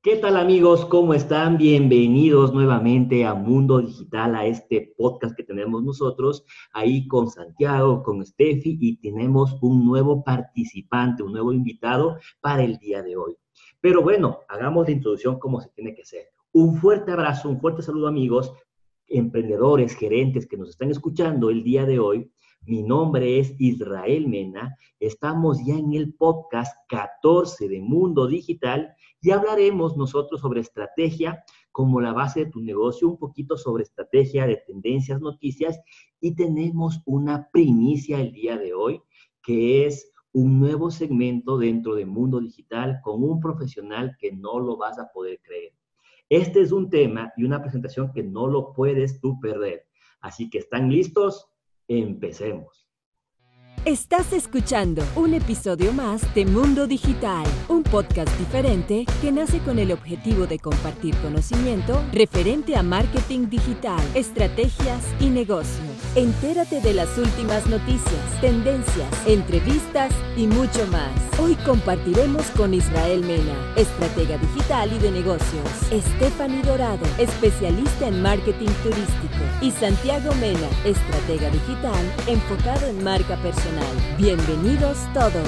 ¿Qué tal amigos? ¿Cómo están? Bienvenidos nuevamente a Mundo Digital, a este podcast que tenemos nosotros, ahí con Santiago, con Steffi, y tenemos un nuevo participante, un nuevo invitado para el día de hoy. Pero bueno, hagamos la introducción como se tiene que hacer. Un fuerte abrazo, un fuerte saludo amigos, emprendedores, gerentes que nos están escuchando el día de hoy. Mi nombre es Israel Mena, estamos ya en el podcast 14 de Mundo Digital y hablaremos nosotros sobre estrategia como la base de tu negocio, un poquito sobre estrategia de tendencias, noticias, y tenemos una primicia el día de hoy, que es un nuevo segmento dentro de Mundo Digital con un profesional que no lo vas a poder creer. Este es un tema y una presentación que no lo puedes tú perder. Así que, ¿están listos? Empecemos. Estás escuchando un episodio más de Mundo Digital, un podcast diferente que nace con el objetivo de compartir conocimiento referente a marketing digital, estrategias y negocios. Entérate de las últimas noticias, tendencias, entrevistas y mucho más. Hoy compartiremos con Israel Mena, estratega digital y de negocios, Stephanie Dorado, especialista en marketing turístico, y Santiago Mena, estratega digital enfocado en marca personal. Bienvenidos todos.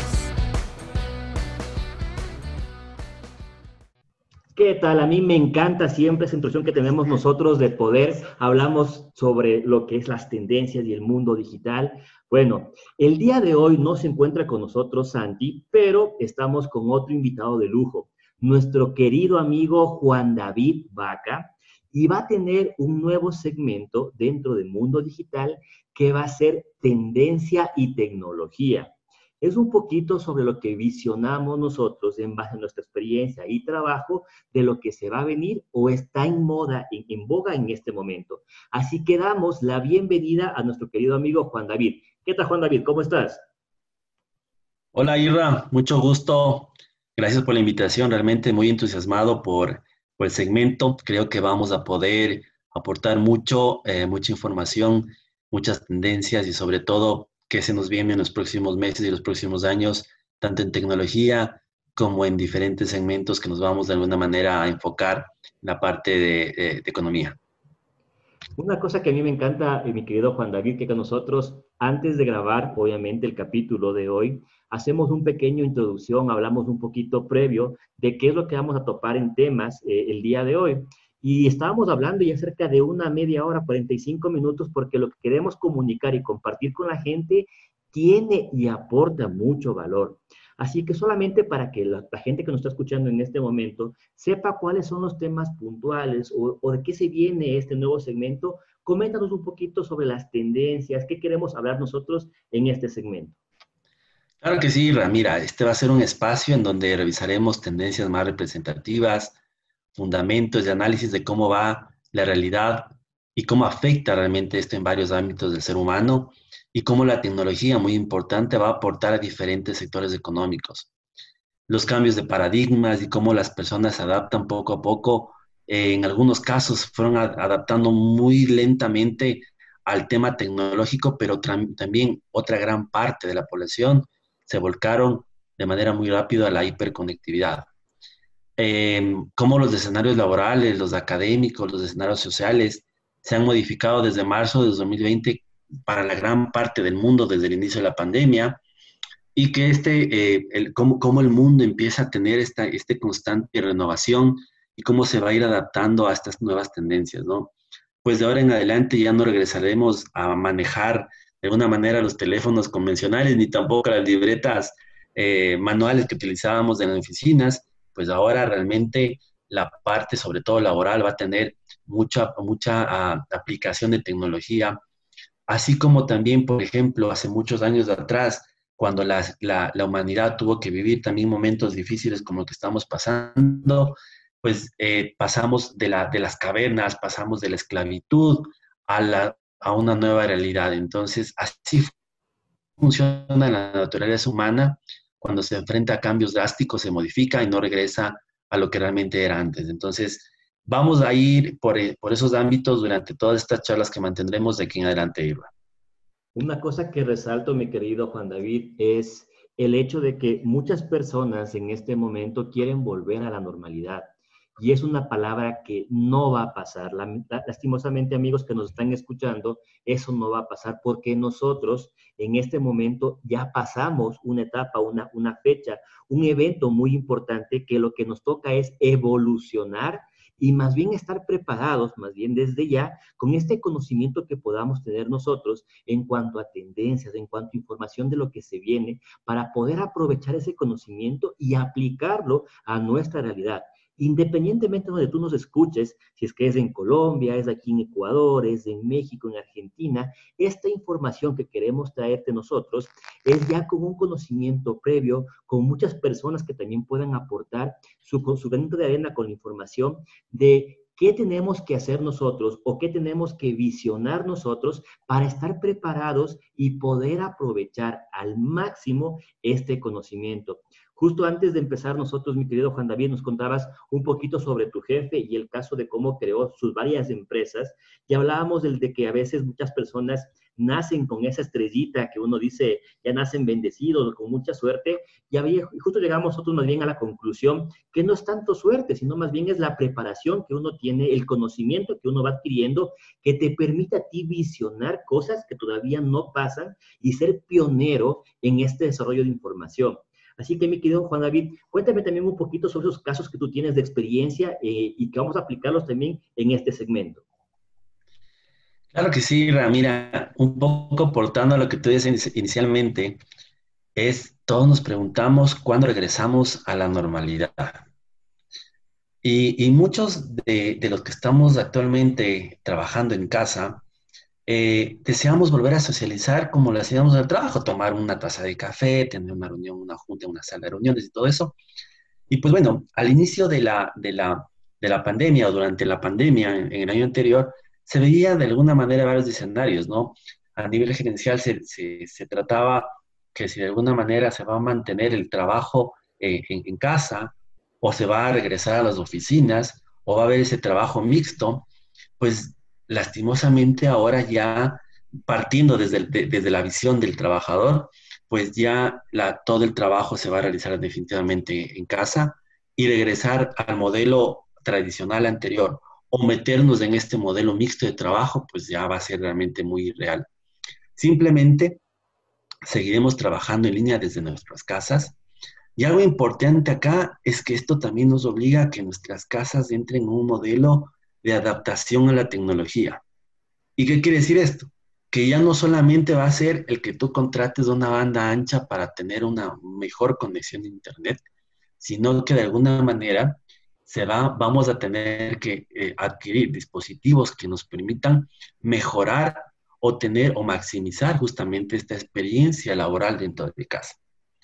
¿Qué tal? A mí me encanta siempre esa introducción que tenemos nosotros de poder. Hablamos sobre lo que es las tendencias y el mundo digital. Bueno, el día de hoy no se encuentra con nosotros Santi, pero estamos con otro invitado de lujo, nuestro querido amigo Juan David Vaca, y va a tener un nuevo segmento dentro del mundo digital que va a ser tendencia y tecnología. Es un poquito sobre lo que visionamos nosotros en base a nuestra experiencia y trabajo de lo que se va a venir o está en moda, en boga en este momento. Así que damos la bienvenida a nuestro querido amigo Juan David. ¿Qué tal, Juan David? ¿Cómo estás? Hola Irra, mucho gusto. Gracias por la invitación. Realmente muy entusiasmado por el segmento. Creo que vamos a poder aportar mucha información, muchas tendencias y sobre todo qué se nos viene en los próximos meses y los próximos años, tanto en tecnología como en diferentes segmentos que nos vamos de alguna manera a enfocar en la parte de economía. Una cosa que a mí me encanta, mi querido Juan David, que nosotros, antes de grabar, obviamente, el capítulo de hoy, hacemos un pequeño introducción, hablamos un poquito previo de qué es lo que vamos a topar en temas el día de hoy. Y estábamos hablando ya cerca de una media hora, 45 minutos, porque lo que queremos comunicar y compartir con la gente tiene y aporta mucho valor. Así que solamente para que la gente que nos está escuchando en este momento sepa cuáles son los temas puntuales o de qué se viene este nuevo segmento, coméntanos un poquito sobre las tendencias, qué queremos hablar nosotros en este segmento. Claro que sí, Irra. Mira, este va a ser un espacio en donde revisaremos tendencias más representativas, fundamentos de análisis de cómo va la realidad y cómo afecta realmente esto en varios ámbitos del ser humano y cómo la tecnología, muy importante, va a aportar a diferentes sectores económicos. Los cambios de paradigmas y cómo las personas se adaptan poco a poco. En algunos casos fueron adaptando muy lentamente al tema tecnológico, pero también otra gran parte de la población se volcaron de manera muy rápida a la hiperconectividad. Cómo los escenarios laborales, los académicos, los escenarios sociales se han modificado desde marzo de 2020 para la gran parte del mundo desde el inicio de la pandemia y que cómo el mundo empieza a tener este constante renovación y cómo se va a ir adaptando a estas nuevas tendencias, ¿no? Pues de ahora en adelante ya no regresaremos a manejar de alguna manera los teléfonos convencionales ni tampoco las libretas manuales que utilizábamos en las oficinas, pues ahora realmente la parte, sobre todo laboral, va a tener mucha aplicación de tecnología, así como también, por ejemplo, hace muchos años atrás, cuando la humanidad tuvo que vivir también momentos difíciles como lo que estamos pasando, pues pasamos de las cavernas, pasamos de la esclavitud a una nueva realidad. Entonces, así funciona la naturaleza humana. Cuando se enfrenta a cambios drásticos, se modifica y no regresa a lo que realmente era antes. Entonces, vamos a ir por esos ámbitos durante todas estas charlas que mantendremos de aquí en adelante, Irma. Una cosa que resalto, mi querido Juan David, es el hecho de que muchas personas en este momento quieren volver a la normalidad. y es una palabra que no va a pasar. Lastimosamente, amigos que nos están escuchando, eso no va a pasar porque nosotros en este momento ya pasamos una etapa, una fecha, un evento muy importante que lo que nos toca es evolucionar y más bien estar preparados, más bien desde ya, con este conocimiento que podamos tener nosotros en cuanto a tendencias, en cuanto a información de lo que se viene, para poder aprovechar ese conocimiento y aplicarlo a nuestra realidad. Independientemente de donde tú nos escuches, si es que es en Colombia, es aquí en Ecuador, es en México, en Argentina, esta información que queremos traerte nosotros es ya con un conocimiento previo, con muchas personas que también puedan aportar su granito de arena con la información de qué tenemos que hacer nosotros o qué tenemos que visionar nosotros para estar preparados y poder aprovechar al máximo este conocimiento. Justo antes de empezar nosotros, mi querido Juan David, nos contabas un poquito sobre tu jefe y el caso de cómo creó sus varias empresas y hablábamos de que a veces muchas personas nacen con esa estrellita que uno dice, ya nacen bendecidos, con mucha suerte, y justo llegamos nosotros más bien a la conclusión que no es tanto suerte, sino más bien es la preparación que uno tiene, el conocimiento que uno va adquiriendo, que te permite a ti visionar cosas que todavía no pasan y ser pionero en este desarrollo de información. Así que, mi querido Juan David, cuéntame también un poquito sobre esos casos que tú tienes de experiencia y que vamos a aplicarlos también en este segmento. Claro que sí, Ramira. Un poco aportando a lo que tú dices inicialmente, todos nos preguntamos cuándo regresamos a la normalidad. Y muchos de los que estamos actualmente trabajando en casa, deseamos volver a socializar como lo hacíamos en el trabajo, tomar una taza de café, tener una reunión, una junta, una sala de reuniones y todo eso. Y pues bueno, al inicio de la pandemia o durante la pandemia en el año anterior, se veía de alguna manera varios escenarios, ¿no? A nivel gerencial se trataba que si de alguna manera se va a mantener el trabajo en casa o se va a regresar a las oficinas o va a haber ese trabajo mixto, pues lastimosamente ahora ya partiendo desde la visión del trabajador, pues ya todo el trabajo se va a realizar definitivamente en casa y regresar al modelo tradicional anterior o meternos en este modelo mixto de trabajo, pues ya va a ser realmente muy real. Simplemente seguiremos trabajando en línea desde nuestras casas. Y algo importante acá es que esto también nos obliga a que nuestras casas entren en un modelo de adaptación a la tecnología. ¿Y qué quiere decir esto? Que ya no solamente va a ser el que tú contrates una banda ancha para tener una mejor conexión de Internet, sino que de alguna manera vamos a tener que adquirir dispositivos que nos permitan mejorar o tener o maximizar justamente esta experiencia laboral dentro de casa.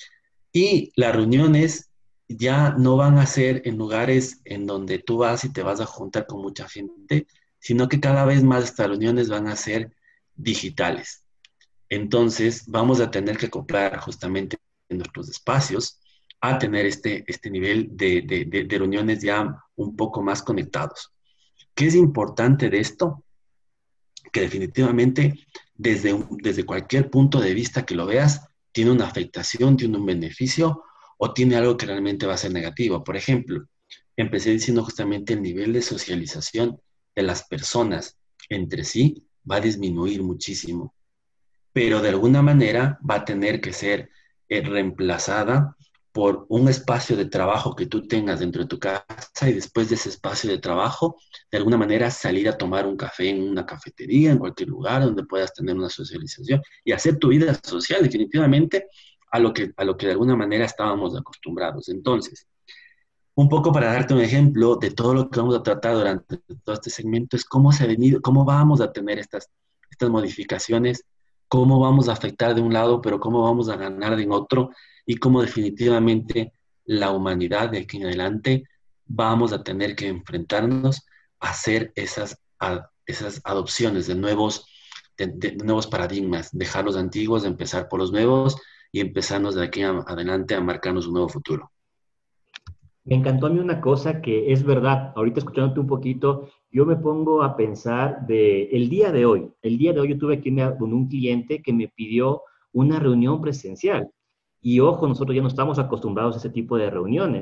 Y las reuniones ya no van a ser en lugares en donde tú vas y te vas a juntar con mucha gente, sino que cada vez más estas reuniones van a ser digitales. Entonces, vamos a tener que acoplar justamente en nuestros espacios a tener este nivel de reuniones ya un poco más conectados. ¿Qué es importante de esto? Que definitivamente desde cualquier punto de vista que lo veas, tiene una afectación, tiene un beneficio o tiene algo que realmente va a ser negativo. Por ejemplo, empecé diciendo justamente el nivel de socialización de las personas entre sí va a disminuir muchísimo, pero de alguna manera va a tener que ser reemplazada por un espacio de trabajo que tú tengas dentro de tu casa y después de ese espacio de trabajo, de alguna manera salir a tomar un café en una cafetería, en cualquier lugar donde puedas tener una socialización y hacer tu vida social definitivamente a lo que de alguna manera estábamos acostumbrados. Entonces, un poco para darte un ejemplo de todo lo que vamos a tratar durante todo este segmento es cómo se ha venido, cómo vamos a tener estas modificaciones, cómo vamos a afectar de un lado, pero cómo vamos a ganar de otro y cómo definitivamente la humanidad de aquí en adelante vamos a tener que enfrentarnos a hacer esas adopciones de nuevos paradigmas, dejar los antiguos, empezar por los nuevos y empezarnos de aquí adelante a marcarnos un nuevo futuro. Me encantó a mí una cosa que es verdad, ahorita escuchándote un poquito, yo me pongo a pensar el día de hoy. El día de hoy yo tuve aquí con un cliente que me pidió una reunión presencial. Y ojo, nosotros ya no estamos acostumbrados a ese tipo de reuniones.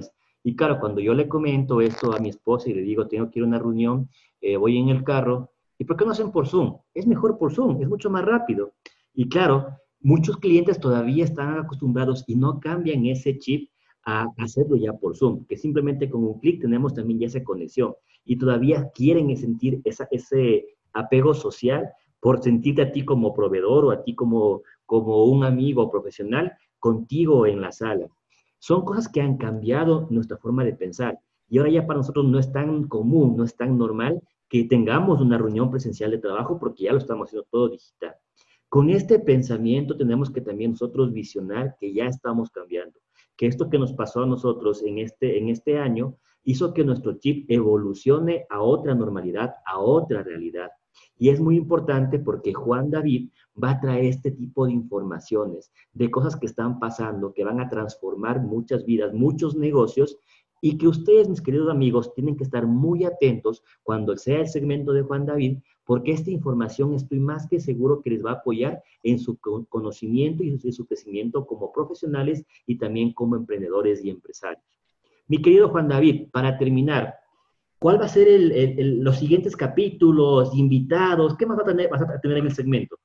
Y claro, cuando yo le comento esto a mi esposa y le digo, tengo que ir a una reunión, voy en el carro, ¿y por qué no hacen por Zoom? Es mejor por Zoom, es mucho más rápido. Y claro, muchos clientes todavía están acostumbrados y no cambian ese chip a hacerlo ya por Zoom, que simplemente con un clic tenemos también ya esa conexión y todavía quieren sentir ese apego social por sentirte a ti como proveedor o a ti como un amigo profesional contigo en la sala. Son cosas que han cambiado nuestra forma de pensar y ahora ya para nosotros no es tan común, no es tan normal que tengamos una reunión presencial de trabajo porque ya lo estamos haciendo todo digital. Con este pensamiento tenemos que también nosotros visionar que ya estamos cambiando, que esto que nos pasó a nosotros en este año hizo que nuestro chip evolucione a otra normalidad, a otra realidad. Y es muy importante porque Juan David va a traer este tipo de informaciones, de cosas que están pasando, que van a transformar muchas vidas, muchos negocios, y que ustedes, mis queridos amigos, tienen que estar muy atentos cuando sea el segmento de Juan David, porque esta información estoy más que seguro que les va a apoyar en su conocimiento y en su crecimiento como profesionales y también como emprendedores y empresarios. Mi querido Juan David, para terminar, ¿cuál va a ser los siguientes capítulos, invitados? ¿Qué más vas a tener en el segmento?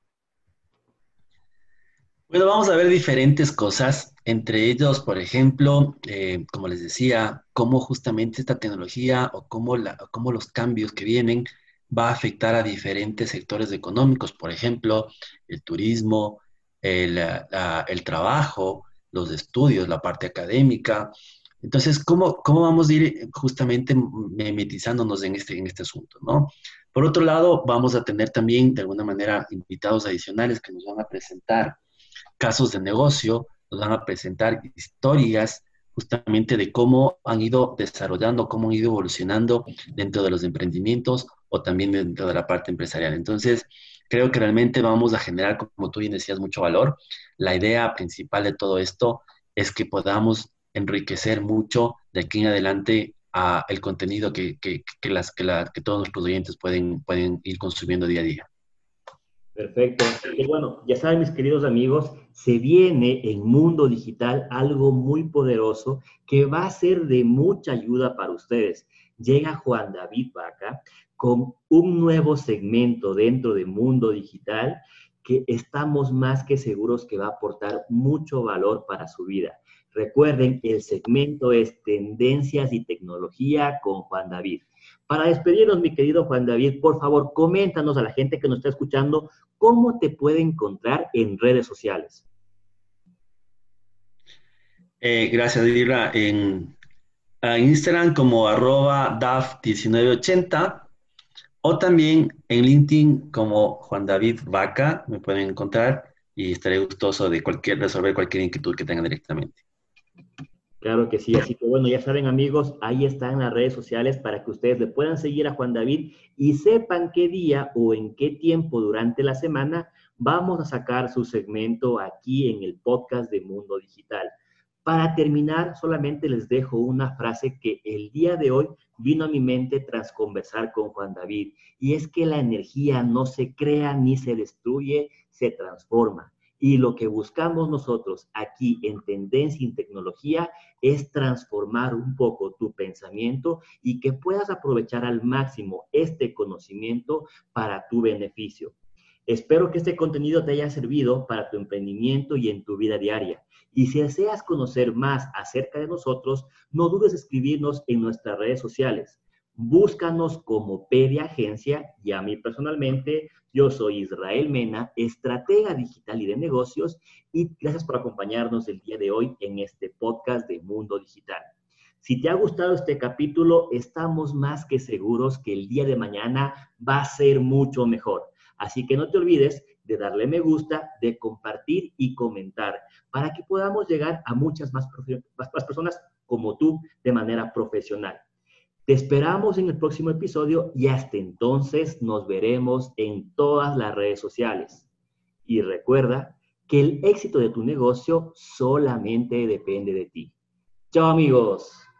Bueno, vamos a ver diferentes cosas, entre ellos, por ejemplo, como les decía, cómo justamente esta tecnología o cómo los cambios que vienen va a afectar a diferentes sectores económicos, por ejemplo, el turismo, el trabajo, los estudios, la parte académica. Entonces, ¿cómo vamos a ir justamente mimetizándonos en este asunto, ¿no? Por otro lado, vamos a tener también, de alguna manera, invitados adicionales que nos van a presentar casos de negocio, nos van a presentar historias justamente de cómo han ido desarrollando, cómo han ido evolucionando dentro de los emprendimientos o también dentro de la parte empresarial. Entonces, creo que realmente vamos a generar, como tú bien decías, mucho valor. La idea principal de todo esto es que podamos enriquecer mucho de aquí en adelante el contenido que todos nuestros oyentes pueden ir consumiendo día a día. Perfecto. Y bueno, ya saben, mis queridos amigos, se viene en Mundo Digital algo muy poderoso que va a ser de mucha ayuda para ustedes. Llega Juan David Vaca con un nuevo segmento dentro de Mundo Digital que estamos más que seguros que va a aportar mucho valor para su vida. Recuerden, el segmento es Tendencias y Tecnología con Juan David. Para despedirnos, mi querido Juan David, por favor, coméntanos a la gente que nos está escuchando cómo te puede encontrar en redes sociales. Gracias, Dira. En Instagram como @daf1980 o también en LinkedIn como Juan David Vaca, me pueden encontrar y estaré gustoso de resolver cualquier inquietud que tengan directamente. Claro que sí, así que bueno, ya saben amigos, ahí están las redes sociales para que ustedes le puedan seguir a Juan David y sepan qué día o en qué tiempo durante la semana vamos a sacar su segmento aquí en el podcast de Mundo Digital. Para terminar, solamente les dejo una frase que el día de hoy vino a mi mente tras conversar con Juan David, y es que la energía no se crea ni se destruye, se transforma. Y lo que buscamos nosotros aquí en Tendencia y Tecnología es transformar un poco tu pensamiento y que puedas aprovechar al máximo este conocimiento para tu beneficio. Espero que este contenido te haya servido para tu emprendimiento y en tu vida diaria. Y si deseas conocer más acerca de nosotros, no dudes en escribirnos en nuestras redes sociales. Búscanos como Pedia Agencia y a mí personalmente, yo soy Israel Mena, estratega digital y de negocios, y gracias por acompañarnos el día de hoy en este podcast de Mundo Digital. Si te ha gustado este capítulo, estamos más que seguros que el día de mañana va a ser mucho mejor. Así que no te olvides de darle me gusta, de compartir y comentar para que podamos llegar a muchas más personas como tú de manera profesional. Te esperamos en el próximo episodio y hasta entonces nos veremos en todas las redes sociales. Y recuerda que el éxito de tu negocio solamente depende de ti. Chao amigos.